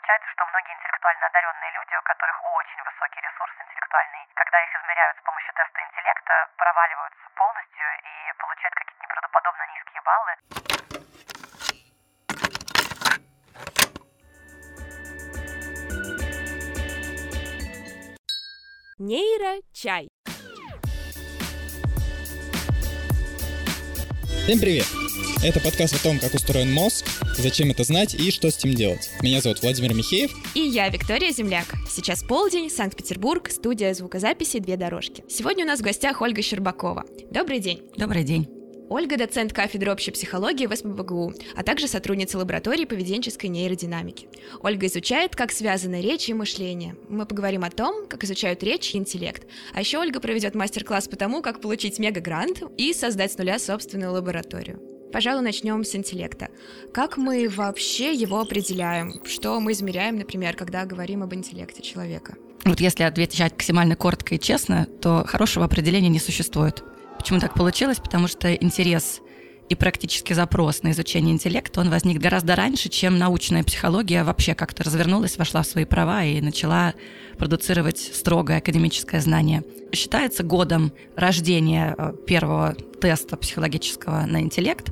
получается, что многие интеллектуально одаренные люди, у которых очень высокий ресурс интеллектуальный, когда их измеряют с помощью теста интеллекта, проваливаются полностью и получают какие-то неправдоподобно низкие баллы. Нейрочай. Всем привет! Это подкаст о том, как устроен мозг, зачем это знать и что с этим делать. Меня зовут Владимир Михеев. И я, Виктория Земляк. Сейчас полдень, Санкт-Петербург, студия звукозаписи «Две дорожки». Сегодня у нас в гостях Ольга Щербакова. Добрый день. Добрый день. Ольга – доцент кафедры общей психологии в СПбГУ, а также сотрудница лаборатории поведенческой нейродинамики. Ольга изучает, как связаны речь и мышление. Мы поговорим о том, как изучают речь и интеллект. А еще Ольга проведет мастер-класс по тому, как получить мега-грант и создать с нуля собственную лабораторию. Пожалуй, начнем с интеллекта. Как мы вообще его определяем? Что мы измеряем, например, когда говорим об интеллекте человека? Вот если отвечать максимально коротко и честно, то хорошего определения не существует. Почему так получилось? Потому что интерес и практический запрос на изучение интеллекта, он возник гораздо раньше, чем научная психология вообще как-то развернулась, вошла в свои права и начала продуцировать строгое академическое знание. Считается годом рождения первого теста психологического на интеллект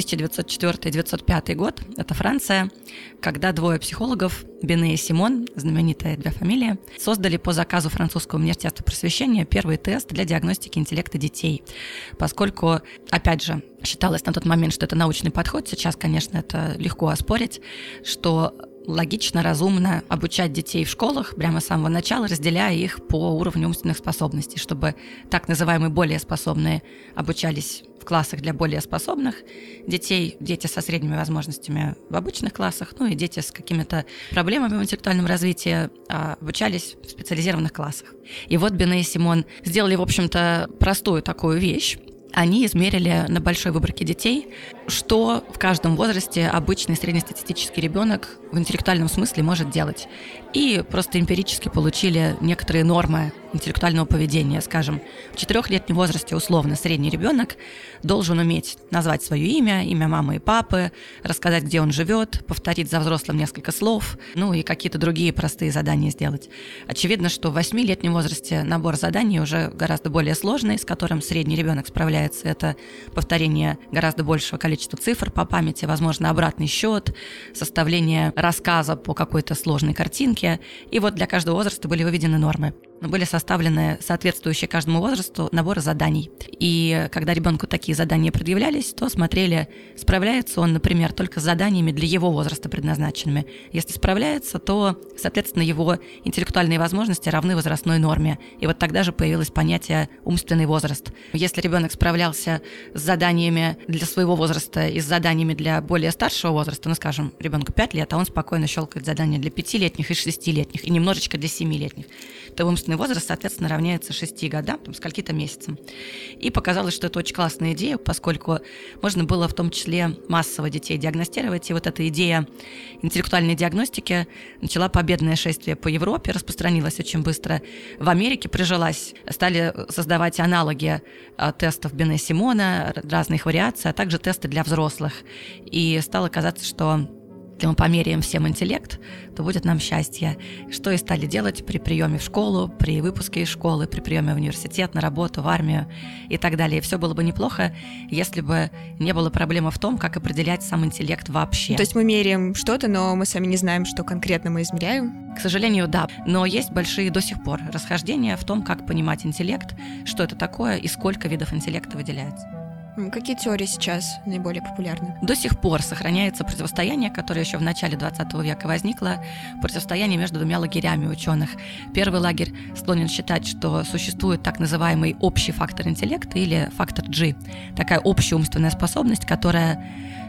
1904-1905 год, это Франция, когда двое психологов, Бине и Симон, знаменитые две фамилии, создали по заказу Французского университета просвещения первый тест для диагностики интеллекта детей. Поскольку, опять же, считалось на тот момент, что это научный подход, сейчас, конечно, это легко оспорить, что логично, разумно обучать детей в школах прямо с самого начала, разделяя их по уровню умственных способностей, чтобы так называемые более способные обучались в классах для более способных детей, дети со средними возможностями в обычных классах, ну и дети с какими-то проблемами в интеллектуальном развитии обучались в специализированных классах. И вот Бине и Симон сделали, в общем-то, простую такую вещь. Они измерили на большой выборке детей, что в каждом возрасте обычный среднестатистический ребенок в интеллектуальном смысле может делать. И просто эмпирически получили некоторые нормы интеллектуального поведения. Скажем, в 4-летнем возрасте условно средний ребенок должен уметь назвать свое имя мамы и папы, рассказать, где он живет, повторить за взрослым несколько слов, ну и какие-то другие простые задания сделать. Очевидно, что в 8-летнем возрасте набор заданий уже гораздо более сложный, с которым средний ребенок справляется. Это повторение гораздо большего количества цифр по памяти, возможно, обратный счет, составление рассказа по какой-то сложной картинке. И вот для каждого возраста были выведены нормы. Были составлены соответствующие каждому возрасту наборы заданий. И когда ребенку такие задания предъявлялись, то смотрели, справляется он, например, только с заданиями для его возраста предназначенными. Если справляется, то, соответственно, его интеллектуальные возможности равны возрастной норме. И вот тогда же появилось понятие «умственный возраст». Если ребенок справлялся с заданиями для своего возраста и с заданиями для более старшего возраста, ну, скажем, ребенку 5 лет, а он спокойно щелкает задания для 5-летних и 6-летних, и немножечко для 7-летних, то умственный возраст, соответственно, равняется 6 годам, там, скольки-то месяцам. И показалось, что это очень классная идея, поскольку можно было в том числе массово детей диагностировать. И вот эта идея интеллектуальной диагностики начала победное шествие по Европе, распространилась очень быстро. В Америке прижилась, стали создавать аналоги тестов Бине Симона, разных вариаций, а также тесты для взрослых. И стало казаться, что если мы померяем всем интеллект, то будет нам счастье. Что и стали делать при приеме в школу, при выпуске из школы, при приеме в университет, на работу, в армию и так далее. И все было бы неплохо, если бы не было проблемы в том, как определять сам интеллект вообще. То есть мы меряем что-то, но мы сами не знаем, что конкретно мы измеряем? К сожалению, да. Но есть большие до сих пор расхождения в том, как понимать интеллект, что это такое и сколько видов интеллекта выделяется. Какие теории сейчас наиболее популярны? До сих пор сохраняется противостояние, которое еще в начале 20 века возникло, противостояние между двумя лагерями ученых. Первый лагерь склонен считать, что существует так называемый общий фактор интеллекта или фактор G, такая общая умственная способность, которая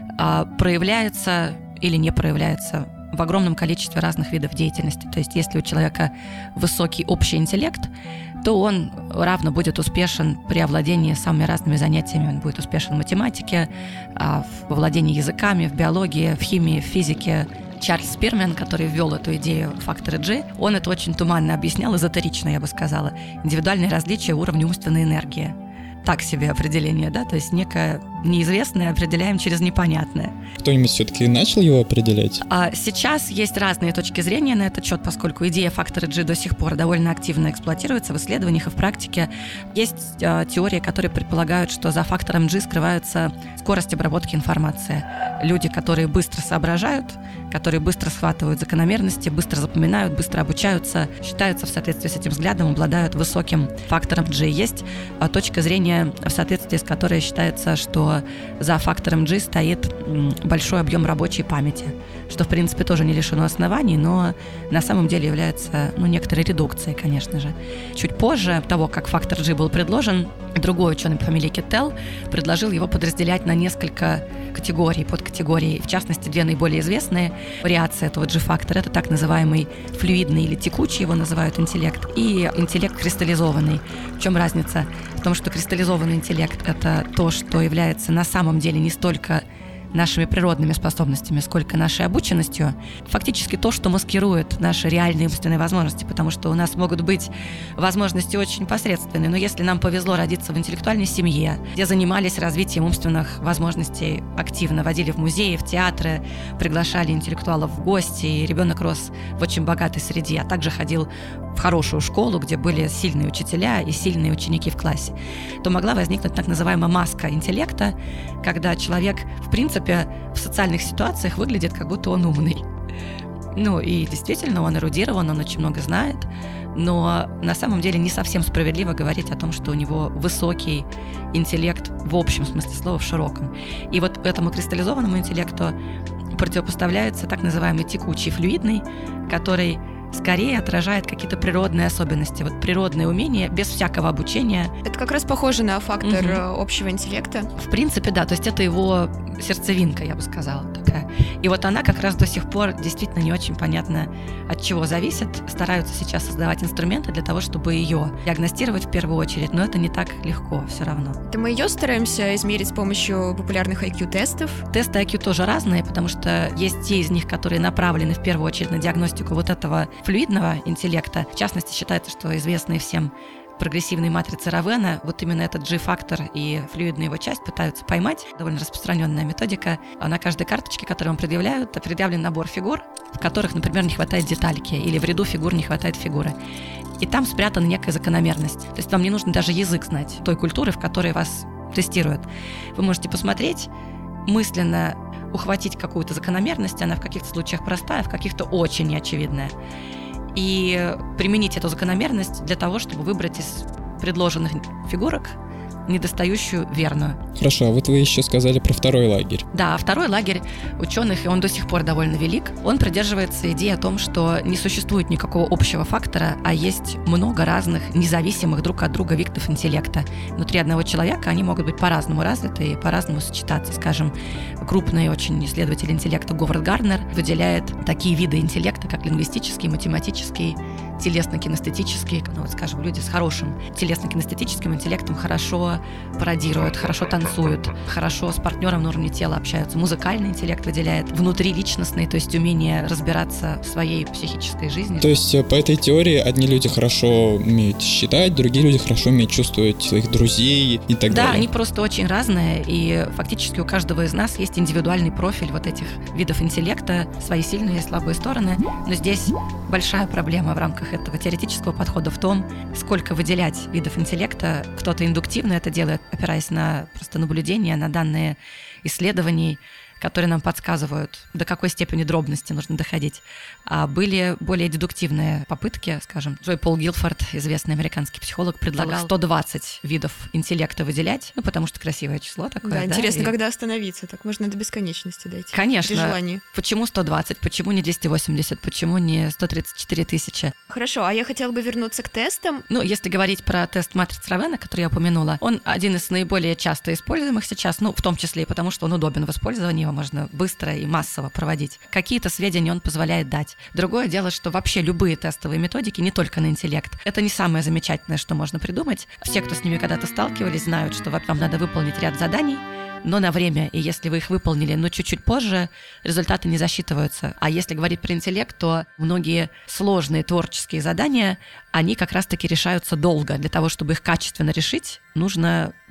проявляется или не проявляется в огромном количестве разных видов деятельности. То есть если у человека высокий общий интеллект, то он равно будет успешен при овладении самыми разными занятиями. Он будет успешен в математике, в владении языками, в биологии, в химии, в физике. Чарльз Спирмен, который ввел эту идею фактора G, он это очень туманно объяснял, эзотерично, я бы сказала. Индивидуальные различия уровня умственной энергии. Так себе определение, да, то есть некая неизвестное определяем через непонятное. Кто-нибудь все-таки начал его определять? Сейчас есть разные точки зрения на этот счет, поскольку идея фактора G до сих пор довольно активно эксплуатируется в исследованиях и в практике. Есть теории, которые предполагают, что за фактором G скрывается скорость обработки информации. Люди, которые быстро соображают, которые быстро схватывают закономерности, быстро запоминают, быстро обучаются, считаются в соответствии с этим взглядом, обладают высоким фактором G. Есть точка зрения, в соответствии с которой считается, что за фактором G стоит большой объем рабочей памяти, что, в принципе, тоже не лишено оснований, но на самом деле является некоторой редукцией, конечно же. Чуть позже того, как фактор G был предложен, другой ученый по фамилии Киттел предложил его подразделять на несколько категорий, подкатегорий. В частности, две наиболее известные вариации этого G-фактора — это так называемый флюидный или текучий, его называют интеллект, и интеллект кристаллизованный. В чем разница? В том, что кристаллизованный интеллект — это то, что является на самом деле не столько нашими природными способностями, сколько нашей обученностью, фактически то, что маскирует наши реальные умственные возможности, потому что у нас могут быть возможности очень посредственные, но если нам повезло родиться в интеллектуальной семье, где занимались развитием умственных возможностей активно, водили в музеи, в театры, приглашали интеллектуалов в гости, и ребенок рос в очень богатой среде, а также ходил в хорошую школу, где были сильные учителя и сильные ученики в классе, то могла возникнуть так называемая маска интеллекта, когда человек, в принципе, в социальных ситуациях выглядит, как будто он умный. И действительно, он эрудирован, он очень много знает, но на самом деле не совсем справедливо говорить о том, что у него высокий интеллект в общем смысле слова, в широком. И вот этому кристаллизованному интеллекту противопоставляется так называемый текучий флюидный, который скорее отражает какие-то природные особенности, природные умения без всякого обучения. Это как раз похоже на фактор общего интеллекта. В принципе, да, то есть это его сердцевинка, я бы сказала, такая. И она как раз до сих пор действительно не очень понятно, от чего зависит. Стараются сейчас создавать инструменты для того, чтобы ее диагностировать в первую очередь, но это не так легко все равно. Это мы ее стараемся измерить с помощью популярных IQ-тестов. Тесты IQ тоже разные, потому что есть те из них, которые направлены в первую очередь на диагностику этого флюидного интеллекта. В частности, считается, что известные всем прогрессивные матрицы Равена, именно этот G-фактор и флюидную его часть пытаются поймать. Довольно распространенная методика. На каждой карточке, которую вам предъявляют, предъявлен набор фигур, в которых, например, не хватает детальки, или в ряду фигур не хватает фигуры. И там спрятана некая закономерность. То есть вам не нужно даже язык знать той культуры, в которой вас тестируют. Вы можете посмотреть, мысленно ухватить какую-то закономерность, она в каких-то случаях простая, в каких-то очень неочевидная, и применить эту закономерность для того, чтобы выбрать из предложенных фигурок недостающую верную. Хорошо, а вы еще сказали про второй лагерь. Да, второй лагерь ученых, и он до сих пор довольно велик, он придерживается идеи о том, что не существует никакого общего фактора, а есть много разных независимых друг от друга видов интеллекта. Внутри одного человека они могут быть по-разному развиты и по-разному сочетаться. Скажем, крупный очень исследователь интеллекта Говард Гарнер выделяет такие виды интеллекта, как лингвистический, математический, телесно-кинестетический. Скажем, люди с хорошим телесно-кинестетическим интеллектом хорошо пародируют, хорошо танцуют, хорошо с партнером на уровне тела общаются. Музыкальный интеллект выделяет внутриличностный, то есть умение разбираться в своей психической жизни. То есть по этой теории одни люди хорошо умеют считать, другие люди хорошо умеют чувствовать своих друзей и так далее. Да, они просто очень разные, и фактически у каждого из нас есть индивидуальный профиль этих видов интеллекта, свои сильные и слабые стороны. Но здесь большая проблема в рамках этого теоретического подхода в том, сколько выделять видов интеллекта. Кто-то индуктивно это делает, опираясь на просто наблюдения, на данные исследований, которые нам подсказывают, до какой степени дробности нужно доходить. А были более дедуктивные попытки, скажем, Джой Пол Гилфорд, известный американский психолог, предлагал 120 видов интеллекта выделять, потому что красивое число такое. Да, интересно, когда остановиться, так можно до бесконечности дойти. Конечно. При желании. Почему 120, почему не 280, почему не 134 тысячи? Хорошо, а я хотела бы вернуться к тестам. Если говорить про тест матриц Равена, который я упомянула, он один из наиболее часто используемых сейчас, в том числе и потому, что он удобен в использовании, его можно быстро и массово проводить. Какие-то сведения он позволяет дать. Другое дело, что вообще любые тестовые методики, не только на интеллект, это не самое замечательное, что можно придумать. Все, кто с ними когда-то сталкивались, знают, что вам надо выполнить ряд заданий, но на время, и если вы их выполнили, но чуть-чуть позже, результаты не засчитываются. А если говорить про интеллект, то многие сложные творческие задания, они как раз-таки решаются долго. Для того, чтобы их качественно решить, нужно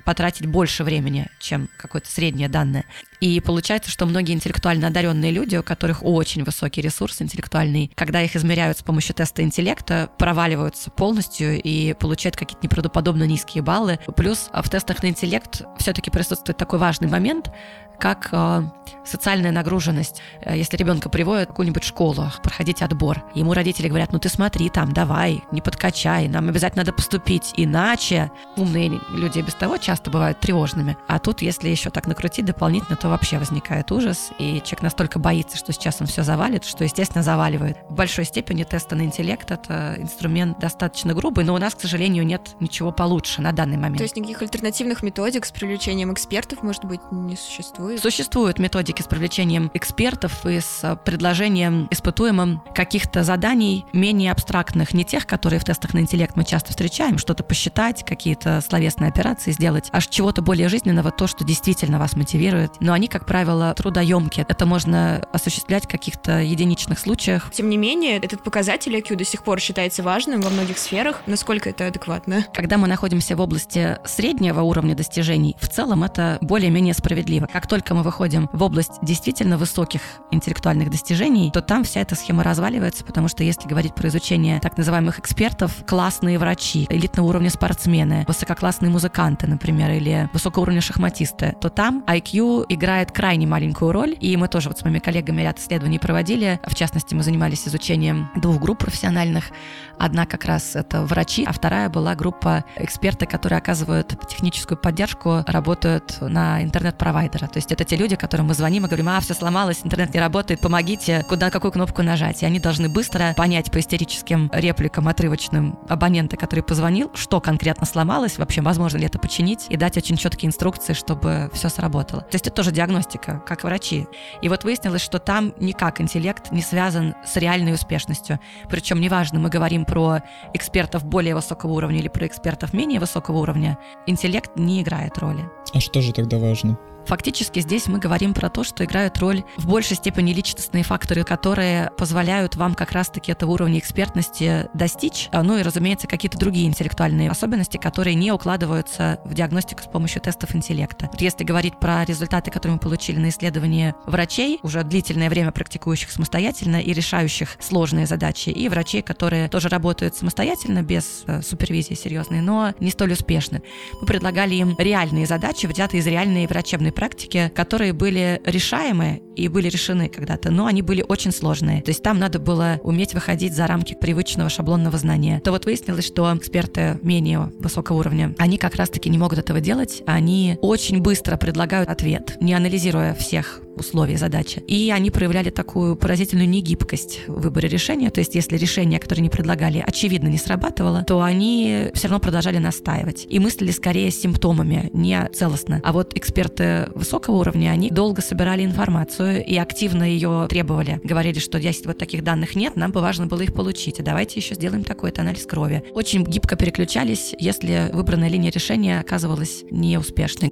потратить больше времени, чем какое-то среднее данное. И получается, что многие интеллектуально одаренные люди, у которых очень высокий ресурс интеллектуальный, когда их измеряют с помощью теста интеллекта, проваливаются полностью и получают какие-то неправдоподобно низкие баллы. Плюс в тестах на интеллект все-таки присутствует такой важный момент, как социальная нагруженность. Если ребенка приводят в какую-нибудь школу, проходить отбор, ему родители говорят: ну ты смотри там, давай, не подкачай, нам обязательно надо поступить, иначе. Умные люди без того часто бывают тревожными. А тут, если еще так накрутить дополнительно, то вообще возникает ужас, и человек настолько боится, что сейчас он все завалит, что, естественно, заваливает. В большой степени тесты на интеллект — это инструмент достаточно грубый, но у нас, к сожалению, нет ничего получше на данный момент. То есть никаких альтернативных методик с привлечением экспертов, может быть, не существует? Существуют методики с привлечением экспертов и с предложением испытуемым каких-то заданий менее абстрактных, не тех, которые в тестах на интеллект мы часто встречаем, что-то посчитать, какие-то словесные операции сделать, аж чего-то более жизненного, то, что действительно вас мотивирует. Но они, как правило, трудоемкие. Это можно осуществлять в каких-то единичных случаях. Тем не менее, этот показатель IQ до сих пор считается важным во многих сферах. Насколько это адекватно? Когда мы находимся в области среднего уровня достижений, в целом это более-менее справедливо. Как только мы выходим в область действительно высоких интеллектуальных достижений, то там вся эта схема разваливается, потому что если говорить про изучение так называемых экспертов, классные врачи, элитного уровня спортсмены, высококлассные музыканты, например, или высокого уровня шахматисты, то там IQ играет крайне маленькую роль, и мы тоже вот с моими коллегами ряд исследований проводили. В частности, мы занимались изучением 2 групп профессиональных. Одна как раз это врачи, а вторая была группа эксперты, которые оказывают техническую поддержку, работают на интернет-провайдера. То есть это те люди, которым мы звоним и говорим: все сломалось, интернет не работает, помогите, какую кнопку нажать. И они должны быстро понять по истерическим репликам отрывочным абонента, который позвонил, что конкретно сломалось, вообще возможно ли это починить, и дать очень четкие инструкции, чтобы все сработало. То есть это тоже диагностика, как врачи. И вот выяснилось, что там никак интеллект не связан с реальной успешностью. Причем неважно, мы говорим про экспертов более высокого уровня или про экспертов менее высокого уровня, интеллект не играет роли. А что же тогда важно? Фактически здесь мы говорим про то, что играют роль в большей степени личностные факторы, которые позволяют вам как раз-таки этого уровня экспертности достичь, ну и, разумеется, какие-то другие интеллектуальные особенности, которые не укладываются в диагностику с помощью тестов интеллекта. Вот если говорить про результаты, которые мы получили на исследовании врачей, уже длительное время практикующих самостоятельно и решающих сложные задачи, и врачей, которые тоже работают самостоятельно, без супервизии серьезной, но не столь успешны, мы предлагали им реальные задачи, взятые из реальной врачебной практики, которые были решаемы и были решены когда-то, но они были очень сложные. То есть там надо было уметь выходить за рамки привычного шаблонного знания. То вот выяснилось, что эксперты менее высокого уровня, они как раз-таки не могут этого делать, они очень быстро предлагают ответ, не анализируя всех условий задачи. И они проявляли такую поразительную негибкость в выборе решения. То есть если решение, которое они предлагали, очевидно не срабатывало, то они все равно продолжали настаивать. И мыслили скорее с симптомами, не целостно. А вот эксперты высокого уровня, они долго собирали информацию и активно ее требовали. Говорили, что если вот таких данных нет, нам бы важно было их получить. А давайте еще сделаем такой-то анализ крови. Очень гибко переключались, если выбранная линия решения оказывалась неуспешной.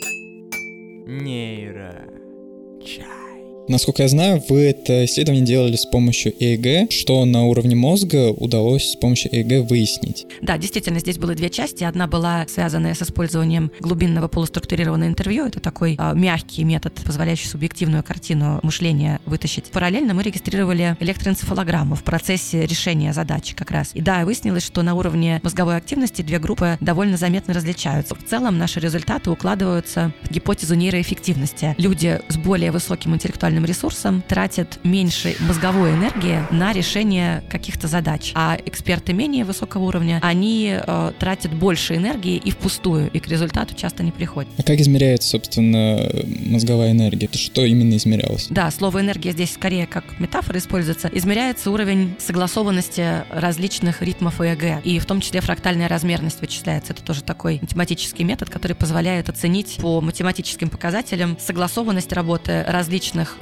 Нейрочай. Насколько я знаю, вы это исследование делали с помощью ЭЭГ. Что на уровне мозга удалось с помощью ЭЭГ выяснить? Да, действительно, здесь было 2 части. Одна была связанная с использованием глубинного полуструктурированного интервью. Это такой мягкий метод, позволяющий субъективную картину мышления вытащить. Параллельно мы регистрировали электроэнцефалограмму в процессе решения задачи как раз. И да, выяснилось, что на уровне мозговой активности 2 группы довольно заметно различаются. В целом наши результаты укладываются в гипотезу нейроэффективности. Люди с более высоким интеллектуальным ресурсом тратят меньше мозговой энергии на решение каких-то задач, а эксперты менее высокого уровня, они тратят больше энергии и впустую, и к результату часто не приходят. А как измеряется, собственно, мозговая энергия? Это что именно измерялось? Да, слово «энергия» здесь скорее как метафора используется. Измеряется уровень согласованности различных ритмов ЭЭГ, и в том числе фрактальная размерность вычисляется. Это тоже такой математический метод, который позволяет оценить по математическим показателям согласованность работы различных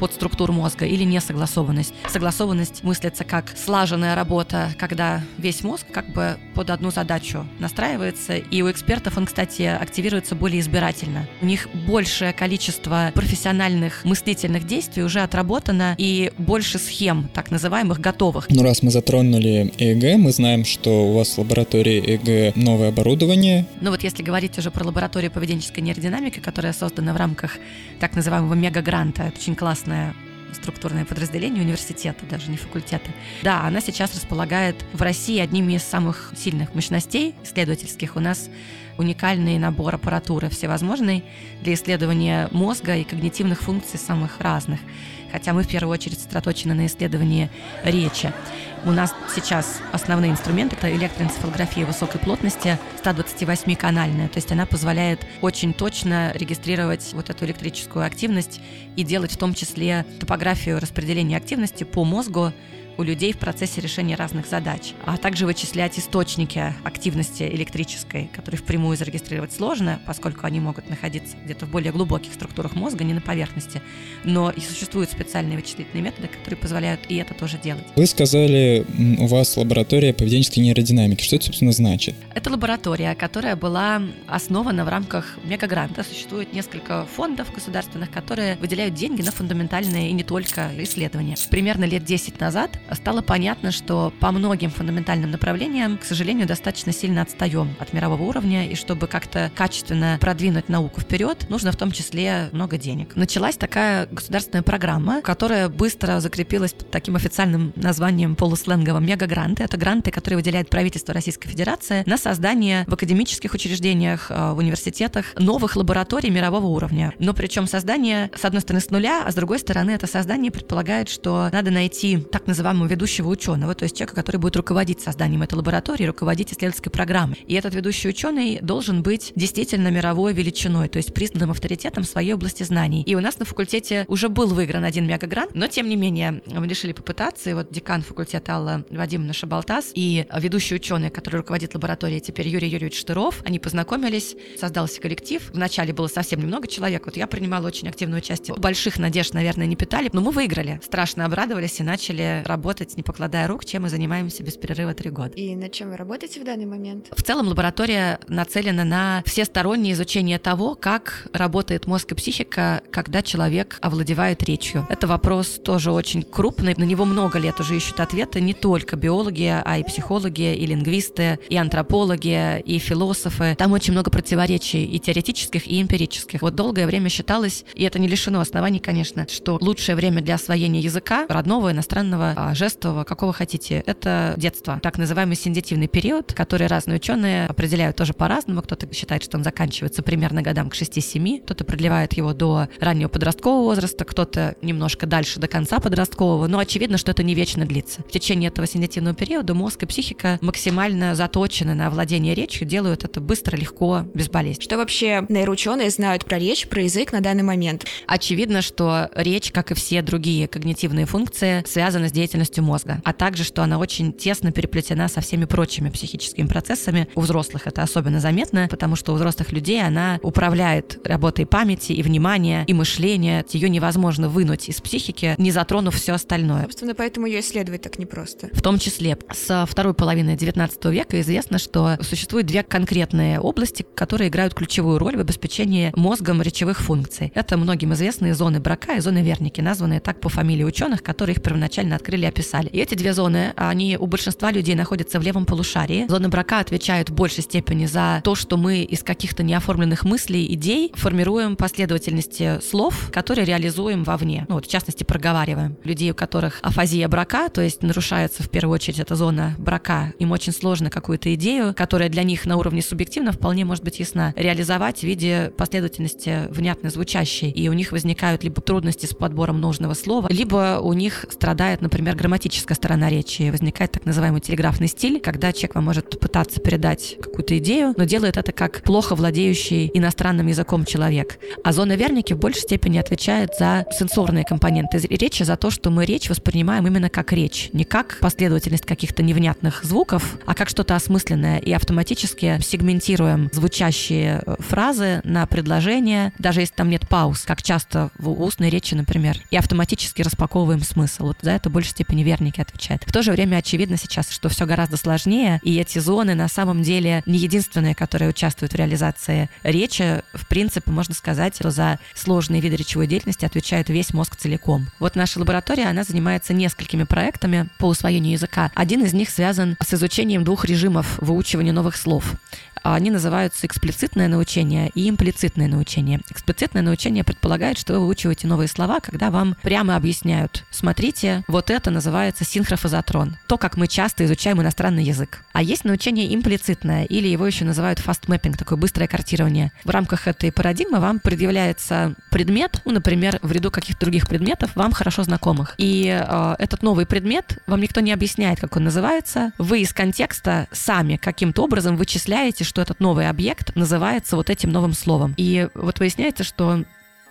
подструктур мозга или несогласованность. Согласованность мыслится как слаженная работа, когда весь мозг как бы под одну задачу настраивается, и у экспертов он, кстати, активируется более избирательно. У них большее количество профессиональных мыслительных действий уже отработано и больше схем, так называемых, готовых. Ну, раз мы затронули ЭЭГ, мы знаем, что у вас в лаборатории ЭЭГ новое оборудование. Ну вот если говорить уже про лабораторию поведенческой нейродинамики, которая создана в рамках так называемого мегагранта, это очень классная структурное подразделение университета, даже не факультета. Да, она сейчас располагает в России одними из самых сильных мощностей исследовательских. У нас уникальный набор аппаратуры всевозможной для исследования мозга и когнитивных функций самых разных. Хотя мы в первую очередь сосредоточены на исследовании речи. У нас сейчас основные инструменты — это электроэнцефалография высокой плотности, 128-канальная, то есть она позволяет очень точно регистрировать вот эту электрическую активность и делать в том числе топографию распределения активности по мозгу у людей в процессе решения разных задач, а также вычислять источники активности электрической, которые впрямую зарегистрировать сложно, поскольку они могут находиться где-то в более глубоких структурах мозга, не на поверхности. Но и существуют специальные вычислительные методы, которые позволяют и это тоже делать. Вы сказали, у вас лаборатория поведенческой нейродинамики. Что это, собственно, значит? Это лаборатория, которая была основана в рамках мегагранта. Существует несколько фондов государственных, которые выделяют деньги на фундаментальные и не только исследования. Примерно лет 10 назад стало понятно, что по многим фундаментальным направлениям, к сожалению, достаточно сильно отстаем от мирового уровня, и чтобы как-то качественно продвинуть науку вперед, нужно в том числе много денег. Началась такая государственная программа, которая быстро закрепилась под таким официальным названием полусленговым мегагранты. Это гранты, которые выделяет правительство Российской Федерации на создание в академических учреждениях, в университетах новых лабораторий мирового уровня. Но причем создание, с одной стороны, с нуля, а с другой стороны, это создание предполагает, что надо найти так называемого ведущего ученого, то есть человека, который будет руководить созданием этой лаборатории, руководить исследовательской программой. И этот ведущий ученый должен быть действительно мировой величиной, то есть признанным авторитетом в своей области знаний. И у нас на факультете уже был выигран один мегагрант, но тем не менее мы решили попытаться, и вот декан факультета Алла Вадимовна Шабалтас и ведущий ученый, который руководит лабораторией теперь, Юрий Юрьевич Штыров, они познакомились, создался коллектив. Вначале было совсем немного человек, вот я принимала очень активное участие. Больших надежд, наверное, не питали, но мы выиграли. Страшно обрадовались и начали работать, не покладая рук, чем мы занимаемся без перерыва 3 года. И над чем вы работаете в данный момент? В целом лаборатория нацелена на всестороннее изучение того, как работает мозг и психика, когда человек овладевает речью. Это вопрос тоже очень крупный, на него много лет уже ищут ответы не только биологи, а и психологи, и лингвисты, и антропологи, и философы. Там очень много противоречий и теоретических, и эмпирических. Вот долгое время считалось, и это не лишено оснований, конечно, что лучшее время для освоения языка, родного, иностранного, жестового, какого хотите, это детство. Так называемый сензитивный период, который разные ученые определяют тоже по-разному. Кто-то считает, что он заканчивается примерно годам к 6-7, кто-то продлевает его до раннего подросткового возраста, кто-то немножко дальше, до конца подросткового, но очевидно, что это не вечно длится. В течение этого сензитивного периода мозг и психика максимально заточены на овладение речью, делают это быстро, легко, безболезненно. Что вообще нейроученые знают про речь, про язык на данный момент? Очевидно, что речь, как и все другие когнитивные функции, связана с деятельностью мозга, а также, что она очень тесно переплетена со всеми прочими психическими процессами. У взрослых это особенно заметно, потому что у взрослых людей она управляет работой памяти и внимания, и мышления. Ее невозможно вынуть из психики, не затронув все остальное. Собственно, поэтому ее исследовать так непросто. В том числе со второй половины XIX века известно, что существует 2 конкретные области, которые играют ключевую роль в обеспечении мозгом речевых функций. Это многим известные зоны Брака и зоны Верники, названные так по фамилии ученых, которые их первоначально открыли и описали. И эти 2 зоны, они у большинства людей находятся в левом полушарии. Зона Брака отвечает в большей степени за то, что мы из каких-то неоформленных мыслей, идей формируем последовательности слов, которые реализуем вовне. Ну вот, в частности, проговариваем. Людей, у которых афазия Брака, то есть нарушается в первую очередь эта зона Брака, им очень сложно какую-то идею, которая для них на уровне субъективно вполне может быть ясна, реализовать в виде последовательности внятно звучащей. И у них возникают либо трудности с подбором нужного слова, либо у них страдает, например, грамматическая сторона речи. Возникает так называемый телеграфный стиль, когда человек вам может пытаться передать какую-то идею, но делает это как плохо владеющий иностранным языком человек. А зона Верники в большей степени отвечает за сенсорные компоненты речи, за то, что мы речь воспринимаем именно как речь, не как последовательность каких-то невнятных звуков, а как что-то осмысленное, и автоматически сегментируем звучащие фразы на предложения, даже если там нет пауз, как часто в устной речи, например, и автоматически распаковываем смысл. Вот за это в большей степени Верники отвечает. В то же время очевидно сейчас, что все гораздо сложнее, и эти зоны на самом деле не единственные, которые участвуют в реализации речи. В принципе, можно сказать, что за сложные виды речевой деятельности отвечает весь мозг целиком. Вот наша лаборатория, она занимается несколькими проектами по усвоению языка. Один из них связан с изучением 2 режимов выучивания новых слов. Они называются эксплицитное научение и имплицитное научение. Эксплицитное научение предполагает, что вы выучиваете новые слова, когда вам прямо объясняют: смотрите, вот это называется синхрофазотрон, то, как мы часто изучаем иностранный язык. А есть научение имплицитное, или его еще называют фастмэппинг, такое быстрое картирование. В рамках этой парадигмы вам предъявляется предмет, например, в ряду каких-то других предметов, вам хорошо знакомых. И этот новый предмет, вам никто не объясняет, как он называется. Вы из контекста сами каким-то образом вычисляете, что этот новый объект называется вот этим новым словом. И вот выясняется, что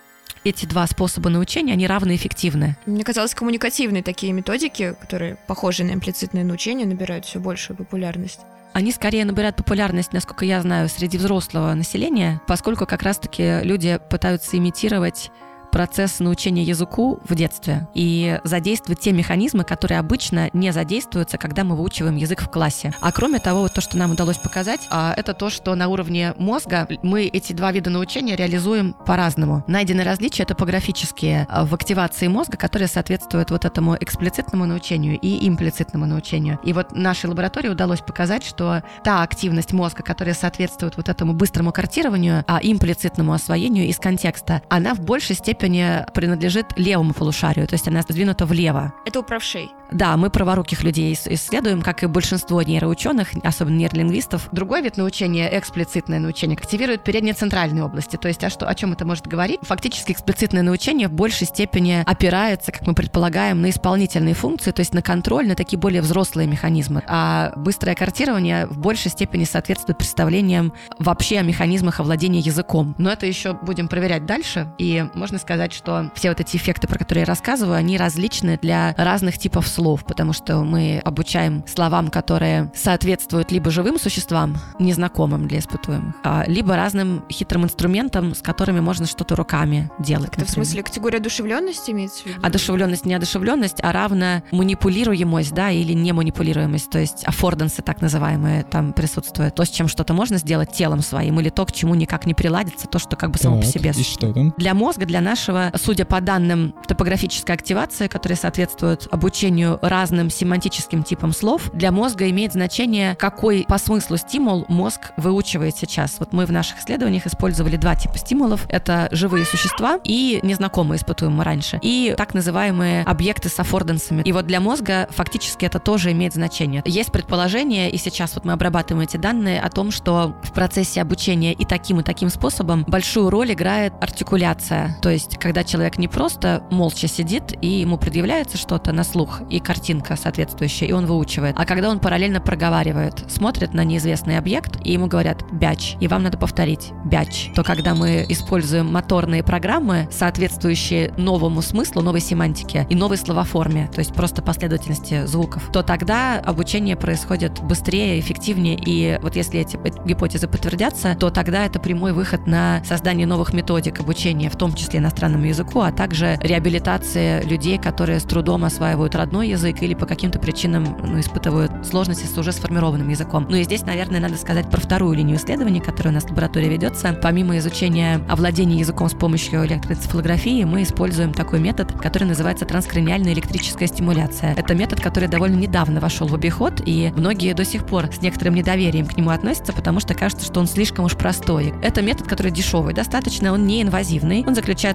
эти 2 способа научения, они равноэффективны. Мне казалось, коммуникативные такие методики, которые похожи на имплицитное научение, набирают все большую популярность. Они скорее набирают популярность, насколько я знаю, среди взрослого населения, поскольку как раз-таки люди пытаются имитировать процесс научения языку в детстве и задействовать те механизмы, которые обычно не задействуются, когда мы выучиваем язык в классе. А кроме того, вот то, что нам удалось показать, это то, что на уровне мозга мы эти 2 вида научения реализуем по-разному. Найдены различия топографические в активации мозга, которые соответствуют вот этому эксплицитному научению и имплицитному научению. И вот нашей лаборатории удалось показать, что та активность мозга, которая соответствует вот этому быстрому картированию, имплицитному освоению из контекста, она в большей степени принадлежит левому полушарию, то есть она сдвинута влево. Это у правшей. Да, мы праворуких людей исследуем, как и большинство нейроученых, особенно нейролингвистов. Другой вид научения, эксплицитное научение, активирует передние центральные области. То есть о чем это может говорить? Фактически эксплицитное научение в большей степени опирается, как мы предполагаем, на исполнительные функции, то есть на контроль, на такие более взрослые механизмы. А быстрое картирование в большей степени соответствует представлениям вообще о механизмах овладения языком. Но это еще будем проверять дальше, и можно сказать, что все вот эти эффекты, про которые я рассказываю, они различны для разных типов слов, потому что мы обучаем словам, которые соответствуют либо живым существам, незнакомым для испытуемых, либо разным хитрым инструментам, с которыми можно что-то руками делать. Это в смысле категория одушевленности имеется в виду? Одушевленность, не одушевленность, а равно манипулируемость, да, или не манипулируемость, то есть аффордансы так называемые там присутствуют. То, с чем что-то можно сделать телом своим, или то, к чему никак не приладится, то, что как бы само по себе существует. Для мозга, для нашего, судя по данным топографической активации, которые соответствуют обучению разным семантическим типам слов, для мозга имеет значение, какой по смыслу стимул мозг выучивает сейчас. Вот мы в наших исследованиях использовали 2 типа стимулов. Это живые существа и незнакомые, испытуемые раньше, и так называемые объекты с аффордансами. И вот для мозга фактически это тоже имеет значение. Есть предположение, и сейчас вот мы обрабатываем эти данные, о том, что в процессе обучения и таким способом большую роль играет артикуляция. То есть, когда человек не просто молча сидит, и ему предъявляется что-то на слух, и картинка соответствующая, и он выучивает. А когда он параллельно проговаривает, смотрит на неизвестный объект, и ему говорят «бяч», и вам надо повторить «бяч», то когда мы используем моторные программы, соответствующие новому смыслу, новой семантике и новой словоформе, то есть просто последовательности звуков, то тогда обучение происходит быстрее, эффективнее, и вот если эти гипотезы подтвердятся, то тогда это прямой выход на создание новых методик обучения, в том числе иностранному языку, а также реабилитация людей, которые с трудом осваивают родной язык или по каким-то причинам испытывают сложности с уже сформированным языком. Ну и здесь, наверное, надо сказать про вторую линию исследований, которая у нас в лаборатории ведется. Помимо изучения овладения языком с помощью электроэнцефалографии, мы используем такой метод, который называется транскраниальная электрическая стимуляция. Это метод, который довольно недавно вошел в обиход, и многие до сих пор с некоторым недоверием к нему относятся, потому что кажется, что он слишком уж простой. Это метод, который дешевый достаточно, он не инвазивный. Он заключается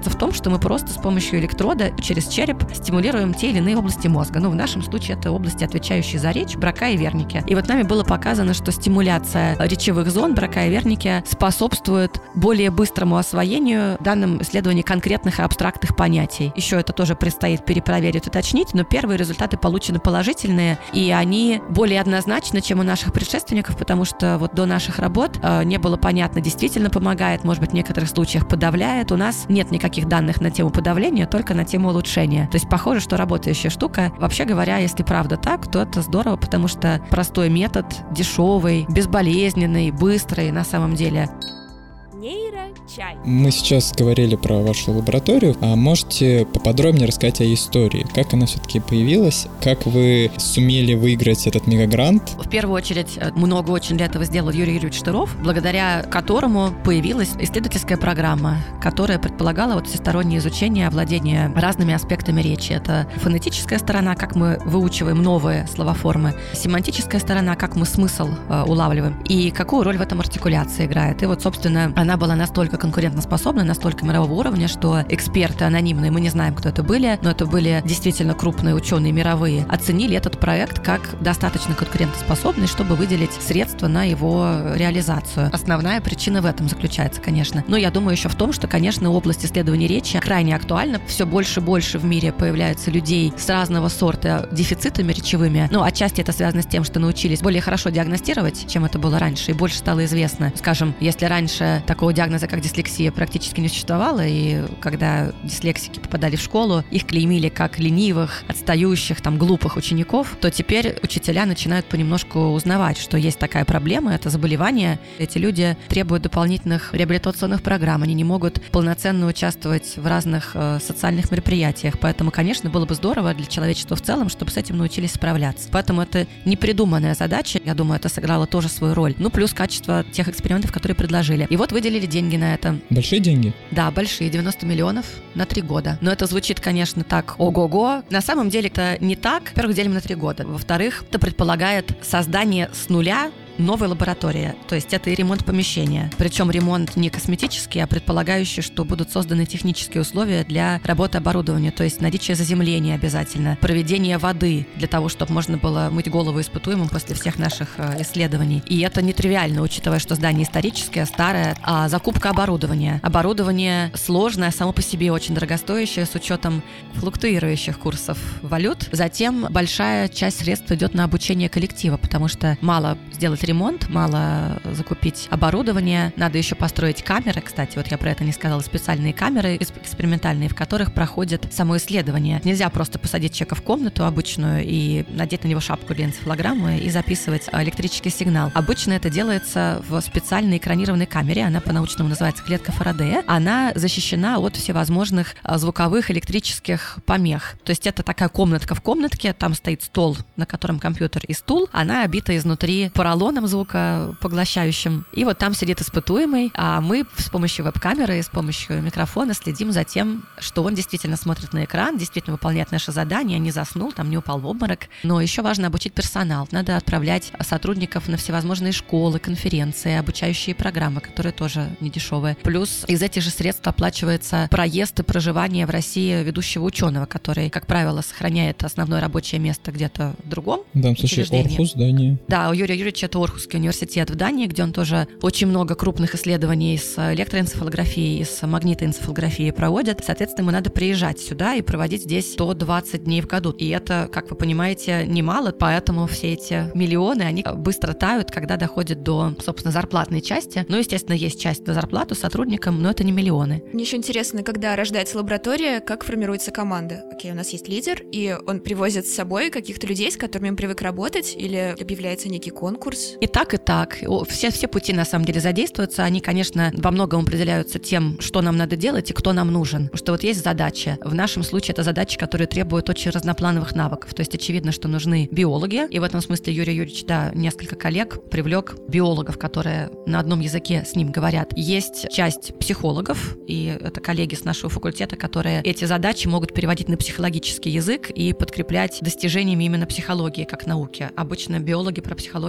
заключается в том, что мы просто с помощью электрода через череп стимулируем те или иные области мозга. В нашем случае это области, отвечающие за речь, брака и верники. И нами было показано, что стимуляция речевых зон, брака и верники способствует более быстрому освоению в данном исследовании конкретных и абстрактных понятий. Еще это тоже предстоит перепроверить, уточнить, но первые результаты получены положительные, и они более однозначны, чем у наших предшественников, потому что до наших работ не было понятно, действительно помогает, может быть, в некоторых случаях подавляет. У нас нет никаких данных на тему подавления, только на тему улучшения. То есть похоже, что работающая штука. Вообще говоря, если правда так, то это здорово, потому что простой метод, дешевый, безболезненный, быстрый на самом деле. Нейрочай. Мы сейчас говорили про вашу лабораторию, а можете поподробнее рассказать о истории? Как она все-таки появилась? Как вы сумели выиграть этот мегагрант? В первую очередь, много очень для этого сделал Юрий Юрьевич Штыров, благодаря которому появилась исследовательская программа, которая предполагала всестороннее изучение, овладение разными аспектами речи. Это фонетическая сторона, как мы выучиваем новые словоформы, семантическая сторона, как мы смысл улавливаем, и какую роль в этом артикуляция играет. И собственно, она была настолько конкурентоспособна, настолько мирового уровня, что эксперты анонимные, мы не знаем, кто это были, но это были действительно крупные ученые мировые, оценили этот проект как достаточно конкурентоспособный, чтобы выделить средства на его реализацию. Основная причина в этом заключается, конечно. Но я думаю еще в том, что, конечно, область исследования речи крайне актуальна. Все больше и больше в мире появляется людей с разного сорта дефицитами речевыми. Отчасти это связано с тем, что научились более хорошо диагностировать, чем это было раньше, и больше стало известно. Скажем, если раньше такого диагноза, как дислексия, практически не существовало, и когда дислексики попадали в школу, их клеймили как ленивых, отстающих, глупых учеников, то теперь учителя начинают понемножку узнавать, что есть такая проблема, это заболевание. Эти люди требуют дополнительных реабилитационных программ, они не могут полноценно участвовать в разных социальных мероприятиях, поэтому, конечно, было бы здорово для человечества в целом, чтобы с этим научились справляться. Поэтому это непридуманная задача, я думаю, это сыграло тоже свою роль. Плюс качество тех экспериментов, которые предложили. И выделили деньги на это. Большие деньги? Да, большие, 90 миллионов на 3 года. Но это звучит, конечно, так, ого-го. На самом деле это не так. Во-первых, делим на 3 года. Во-вторых, это предполагает создание с нуля новой лаборатории, то есть это и ремонт помещения. Причем ремонт не косметический, а предполагающий, что будут созданы технические условия для работы оборудования, то есть наличие заземления обязательно, проведение воды для того, чтобы можно было мыть голову испытуемым после всех наших исследований. И это нетривиально, учитывая, что здание историческое, старое, а закупка оборудования. Оборудование сложное, само по себе очень дорогостоящее, с учетом флуктуирующих курсов валют. Затем большая часть средств идет на обучение коллектива, потому что мало сделать ремонт, мало закупить оборудование, надо еще построить камеры, кстати, я про это не сказала, специальные камеры экспериментальные, в которых проходит само исследование. Нельзя просто посадить человека в комнату обычную и надеть на него шапку для энцефалограммы и записывать электрический сигнал. Обычно это делается в специальной экранированной камере, она по-научному называется клетка Фарадея, она защищена от всевозможных звуковых, электрических помех. То есть это такая комнатка в комнатке, там стоит стол, на котором компьютер и стул, она обита изнутри поролоном звукопоглощающим. И там сидит испытуемый, а мы с помощью веб-камеры и с помощью микрофона следим за тем, что он действительно смотрит на экран, действительно выполняет наше задание, не заснул, не упал в обморок. Но еще важно обучить персонал. Надо отправлять сотрудников на всевозможные школы, конференции, обучающие программы, которые тоже не дешевые. Плюс из этих же средств оплачивается проезд и проживание в России ведущего ученого, который, как правило, сохраняет основное рабочее место где-то в другом. В данном случае Орхус, Дания. Да, у Юрия Юрьевича это Орхусский университет в Дании, где он тоже очень много крупных исследований с электроэнцефалографией и с магнитоэнцефалографией проводит. Соответственно, ему надо приезжать сюда и проводить здесь 120 дней в году. И это, как вы понимаете, немало, поэтому все эти миллионы, они быстро тают, когда доходит до, собственно, зарплатной части. Естественно, есть часть на зарплату сотрудникам, но это не миллионы. Мне еще интересно, когда рождается лаборатория, как формируется команда? Окей, у нас есть лидер, и он привозит с собой каких-то людей, с которыми он привык работать, или объявляется некий конкурс? И так, и так. Все пути, на самом деле, задействуются. Они, конечно, во многом определяются тем, что нам надо делать и кто нам нужен. Потому что есть задача. В нашем случае это задачи, которые требуют очень разноплановых навыков. То есть очевидно, что нужны биологи. И в этом смысле Юрий Юрьевич, несколько коллег привлек биологов, которые на одном языке с ним говорят. Есть часть психологов, и это коллеги с нашего факультета, которые эти задачи могут переводить на психологический язык и подкреплять достижениями именно психологии как науки. Обычно биологи про психологию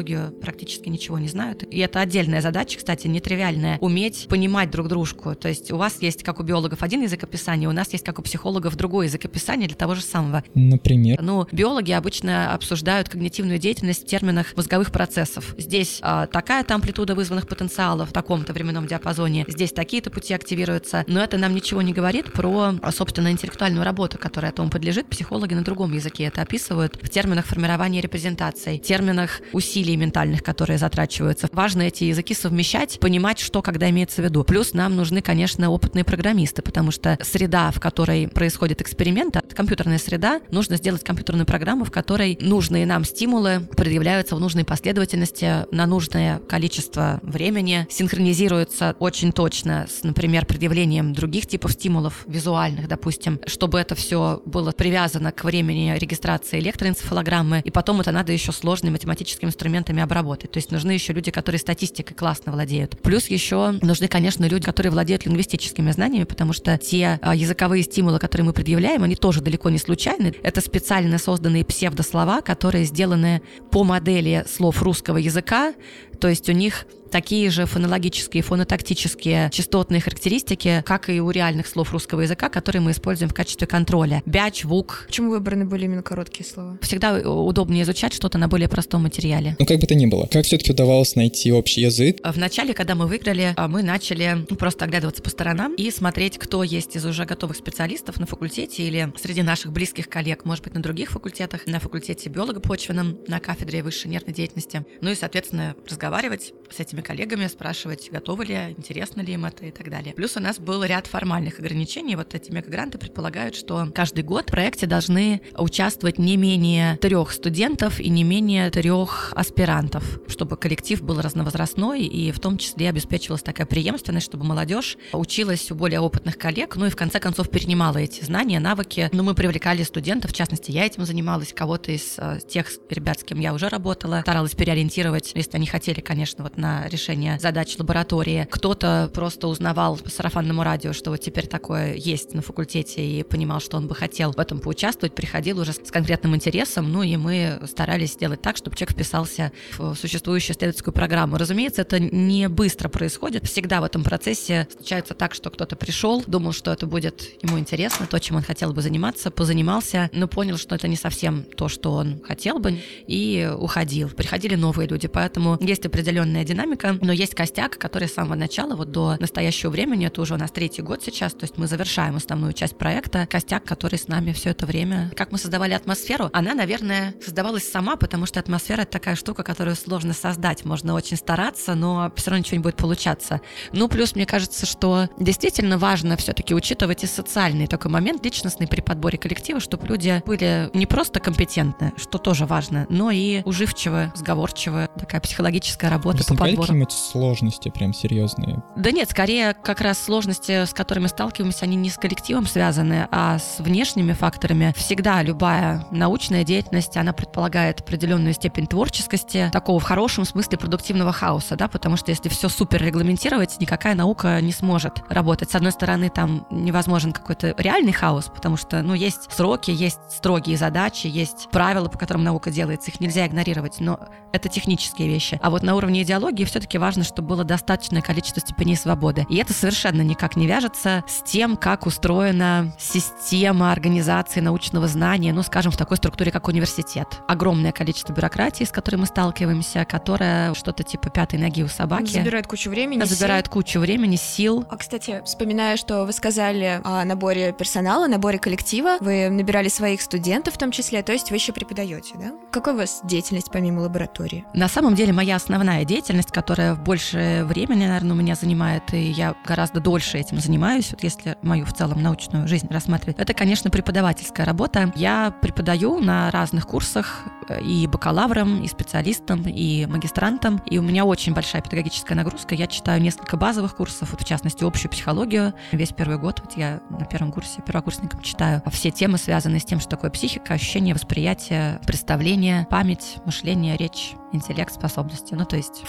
практически ничего не знают. И это отдельная задача, кстати, нетривиальная, уметь понимать друг дружку. То есть у вас есть, как у биологов, один язык описания, у нас есть, как у психологов, другой язык описания для того же самого. Например? Биологи обычно обсуждают когнитивную деятельность в терминах мозговых процессов. Здесь такая-то амплитуда вызванных потенциалов в таком-то временном диапазоне, здесь такие-то пути активируются, но это нам ничего не говорит про, собственно, интеллектуальную работу, которая этому подлежит. Психологи на другом языке это описывают в терминах формирования репрезентаций, терминах усилий ментальных, которые затрачиваются. Важно эти языки совмещать, понимать, что когда имеется в виду. Плюс нам нужны, конечно, опытные программисты, потому что среда, в которой происходит эксперимент, компьютерная среда, нужно сделать компьютерную программу, в которой нужные нам стимулы предъявляются в нужной последовательности на нужное количество времени, синхронизируются очень точно с, например, предъявлением других типов стимулов, визуальных, допустим, чтобы это все было привязано к времени регистрации электроэнцефалограммы, и потом это надо еще сложными математическими инструментами обработать. То есть нужны еще люди, которые статистикой классно владеют. Плюс еще нужны, конечно, люди, которые владеют лингвистическими знаниями, потому что те языковые стимулы, которые мы предъявляем, они тоже далеко не случайны. Это специально созданные псевдослова, которые сделаны по модели слов русского языка, то есть у них такие же фонологические, фонотактические частотные характеристики, как и у реальных слов русского языка, которые мы используем в качестве контроля. Бяч, вук. Почему выбраны были именно короткие слова? Всегда удобнее изучать что-то на более простом материале. Как бы то ни было, как все-таки удавалось найти общий язык? Вначале, когда мы выиграли, мы начали просто оглядываться по сторонам и смотреть, кто есть из уже готовых специалистов на факультете или среди наших близких коллег, может быть, на других факультетах, на факультете биолого-почвенном, на кафедре высшей нервной деятельности. Ну и, соответственно, разговаривать с этими коллегами, спрашивать, готовы ли, интересно ли им это и так далее. Плюс у нас был ряд формальных ограничений. Вот эти мегагранты предполагают, что каждый год в проекте должны участвовать не менее 3 студентов и не менее 3 аспирантов, чтобы коллектив был разновозрастной и в том числе обеспечивалась такая преемственность, чтобы молодежь училась у более опытных коллег, ну и в конце концов перенимала эти знания, навыки. Но мы привлекали студентов, в частности, я этим занималась, кого-то из тех ребят, с кем я уже работала, старалась переориентировать, если они хотели, конечно, вот на решение задач лаборатории. Кто-то просто узнавал по сарафанному радио, что вот теперь такое есть на факультете, и понимал, что он бы хотел в этом поучаствовать, приходил уже с конкретным интересом, ну и мы старались сделать так, чтобы человек вписался в существующую исследовательскую программу. Разумеется, это не быстро происходит. Всегда в этом процессе случается так, что кто-то пришел, думал, что это будет ему интересно, то, чем он хотел бы заниматься, позанимался, но понял, что это не совсем то, что он хотел бы, и уходил. Приходили новые люди, поэтому есть определенная динамика, но есть костяк, который с самого начала, вот до настоящего времени, это уже у нас 3-й год сейчас, то есть мы завершаем основную часть проекта, костяк, который с нами все это время. Как мы создавали атмосферу, она, наверное, создавалась сама, потому что атмосфера — это такая штука, которую сложно создать, можно очень стараться, но все равно ничего не будет получаться. Ну, плюс, мне кажется, что действительно важно все-таки учитывать и социальный такой момент, личностный при подборе коллектива, чтобы люди были не просто компетентны, что тоже важно, но и уживчивы, сговорчивы, такая психологическая работа по подбору. Какие-нибудь сложности прям серьезные? Да нет, скорее как раз сложности, с которыми сталкиваемся, они не с коллективом связаны, а с внешними факторами. Всегда любая научная деятельность, она предполагает определенную степень творческости, такого в хорошем смысле продуктивного хаоса, да, потому что если все супер регламентировать, никакая наука не сможет работать. С одной стороны, там невозможен какой-то реальный хаос, потому что, ну, есть сроки, есть строгие задачи, есть правила, по которым наука делается, их нельзя игнорировать, но это технические вещи. А вот на уровне идеологии все-таки важно, чтобы было достаточное количество степеней свободы. И это совершенно никак не вяжется с тем, как устроена система организации научного знания, ну, скажем, в такой структуре, как университет. Огромное количество бюрократии, с которой мы сталкиваемся, которая что-то типа 5-й ноги у собаки. Забирает кучу времени, Забирает кучу времени, сил. А, кстати, вспоминая, что вы сказали о наборе персонала, наборе коллектива, вы набирали своих студентов в том числе, то есть вы еще преподаете, да? Какая у вас деятельность помимо лаборатории? На самом деле моя основная деятельность, которая больше времени, наверное, у меня занимает, и я гораздо дольше этим занимаюсь, вот если мою в целом научную жизнь рассматривать, это, конечно, преподавательская работа. Я преподаю на разных курсах и бакалаврам, и специалистам, и магистрантам, и у меня очень большая педагогическая нагрузка. Я читаю несколько базовых курсов, вот, в частности, общую психологию. Весь первый год вот я на первом курсе первокурсникам читаю все темы, связанные с тем, что такое психика, ощущение, восприятие, представление, память, мышление, речь, интеллект, способности. Ну, то есть... Фундаментальные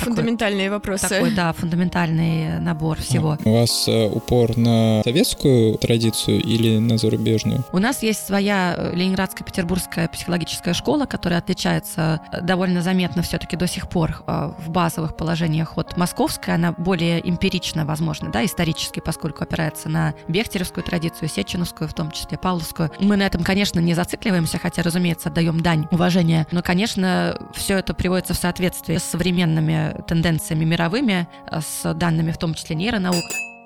фундаментальные вопросы. Такой, да, фундаментальный набор всего. У вас упор на советскую традицию или на зарубежную? У нас есть своя Ленинградская петербургская психологическая школа, которая отличается довольно заметно все-таки до сих пор в базовых положениях от московской. Она более эмпирична, возможно, да, исторически, поскольку опирается на бехтеревскую традицию, сеченовскую, в том числе павловскую. Мы на этом, конечно, не зацикливаемся, хотя, разумеется, отдаем дань уважения. Но, конечно, все это приводится в соответствие с современными тенденциями мировыми, с данными, в том числе нейронаук.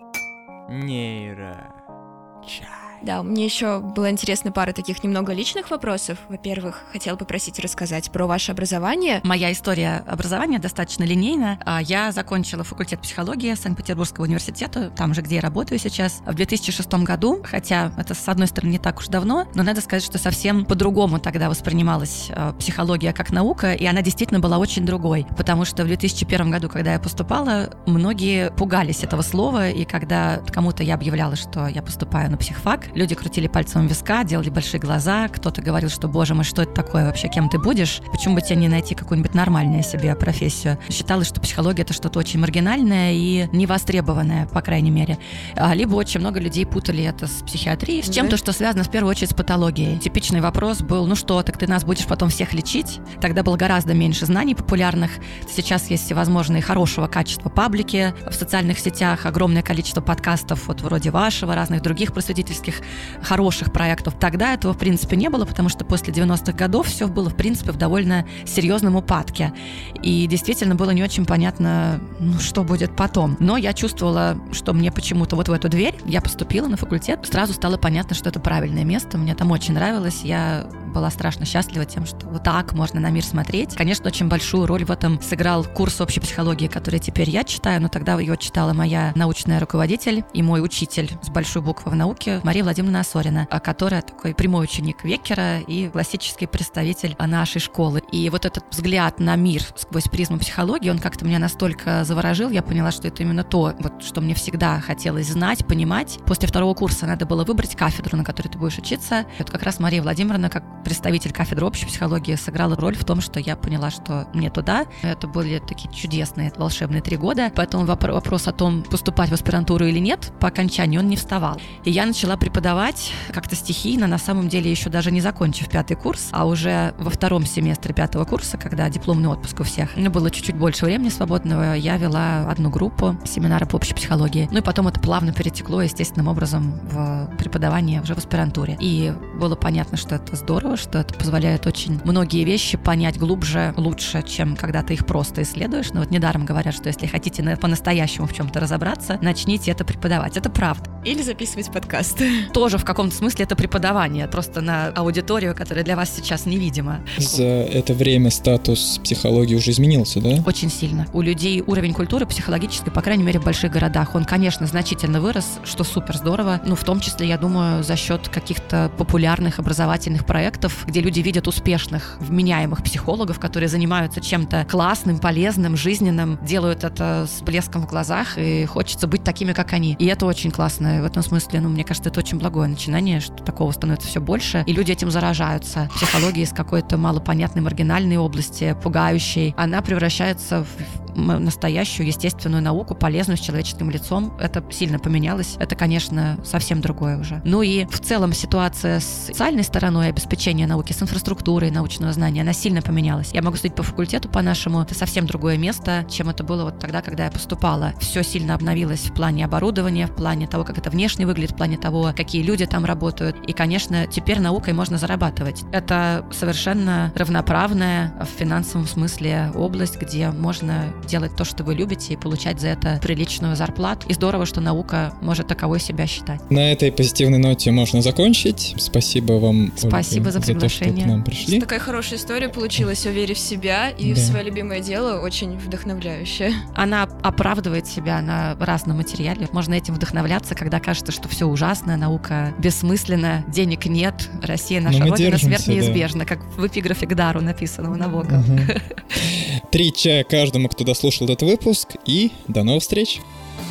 Нейрочай. Да, мне еще было интересно пара таких немного личных вопросов. Во-первых, хотела попросить рассказать про ваше образование. Моя история образования достаточно линейна. Я закончила факультет психологии Санкт-Петербургского университета, там же, где я работаю сейчас, в 2006 году, хотя это, с одной стороны, не так уж давно, но надо сказать, что совсем по-другому тогда воспринималась психология как наука, и она действительно была очень другой, потому что в 2001 году, когда я поступала, многие пугались этого слова, и когда кому-то я объявляла, что я поступаю на психфак, люди крутили пальцем у виска, делали большие глаза, кто-то говорил, что, боже мой, что это такое вообще, кем ты будешь? Почему бы тебе не найти какую-нибудь нормальную себе профессию? Считалось, что психология — это что-то очень маргинальное и невостребованное, по крайней мере. Либо очень много людей путали это с психиатрией, с чем-то, что связано в первую очередь с патологией. Типичный вопрос был: ну что, так ты нас будешь потом всех лечить? Тогда было гораздо меньше знаний популярных. Сейчас есть всевозможные хорошего качества паблики в социальных сетях, огромное количество подкастов, вот вроде вашего, разных других просветительских хороших проектов. Тогда этого, в принципе, не было, потому что после 90-х годов все было, в принципе, в довольно серьезном упадке. И действительно было не очень понятно, ну, что будет потом. Но я чувствовала, что мне почему-то вот в эту дверь, я поступила на факультет, сразу стало понятно, что это правильное место, мне там очень нравилось, я была страшно счастлива тем, что вот так можно на мир смотреть. Конечно, очень большую роль в этом сыграл курс общей психологии, который теперь я читаю, но тогда ее читала моя научная руководитель и мой учитель с большой буквы в науке Мария Владимировна Осорина, которая такой прямой ученик Веккера и классический представитель нашей школы. И вот этот взгляд на мир сквозь призму психологии, он как-то меня настолько заворожил, я поняла, что это именно то, вот, что мне всегда хотелось знать, понимать. После второго курса надо было выбрать кафедру, на которой ты будешь учиться. Это как раз Мария Владимировна, как представитель кафедры общей психологии, сыграла роль в том, что я поняла, что мне туда. Это были такие чудесные, волшебные 3 года. Поэтому вопрос о том, поступать в аспирантуру или нет, по окончании он не вставал. И я начала преподавать как-то стихийно, на самом деле еще даже не закончив 5-й курс, а уже во 2-м семестре 5-го курса, когда дипломный отпуск у всех, было чуть-чуть больше времени свободного, я вела одну группу семинара по общей психологии. Ну и потом это плавно перетекло естественным образом в преподавание уже в аспирантуре. И было понятно, что это здорово, что это позволяет очень многие вещи понять глубже, лучше, чем когда ты их просто исследуешь. Но вот недаром говорят, что если хотите по-настоящему в чем-то разобраться, начните это преподавать. Это правда. Или записывать подкасты. Тоже в каком-то смысле это преподавание, просто на аудиторию, которая для вас сейчас невидима. За это время статус психологии уже изменился, да? Очень сильно. У людей уровень культуры психологической, по крайней мере, в больших городах, он, конечно, значительно вырос, что супер здорово. Ну, в том числе, я думаю, за счет каких-то популярных образовательных проектов, где люди видят успешных, вменяемых психологов, которые занимаются чем-то классным, полезным, жизненным, делают это с блеском в глазах, и хочется быть такими, как они. И это очень классно. В этом смысле, мне кажется, это очень благое начинание, что такого становится все больше, и люди этим заражаются. Психология из какой-то малопонятной маргинальной области, пугающей, она превращается в настоящую естественную науку, полезную, с человеческим лицом. Это сильно поменялось. Это, конечно, совсем другое уже. Ну и в целом ситуация с социальной стороной обеспечения науки, с инфраструктурой научного знания, она сильно поменялась. Я могу судить по факультету, по-нашему, это совсем другое место, чем это было вот тогда, когда я поступала. Все сильно обновилось в плане оборудования, в плане того, как это внешне выглядит, в плане того, какие люди там работают. И, конечно, теперь наукой можно зарабатывать. Это совершенно равноправная в финансовом смысле область, где можно делать то, что вы любите, и получать за это приличную зарплату. И здорово, что наука может таковой себя считать. На этой позитивной ноте можно закончить. Спасибо вам, спасибо Ольга, за приглашение. За то, что к нам пришли. Такая хорошая история получилась о вере в себя и в свое любимое дело, очень вдохновляющая. Она оправдывает себя на разном материале. Можно этим вдохновляться, когда кажется, что все ужасно, наука бессмысленна, денег нет, Россия наша родина, смерть неизбежна, как в эпиграфе к Дару написано у Набокова. 3 чая каждому, кто дослушал этот выпуск, и до новых встреч!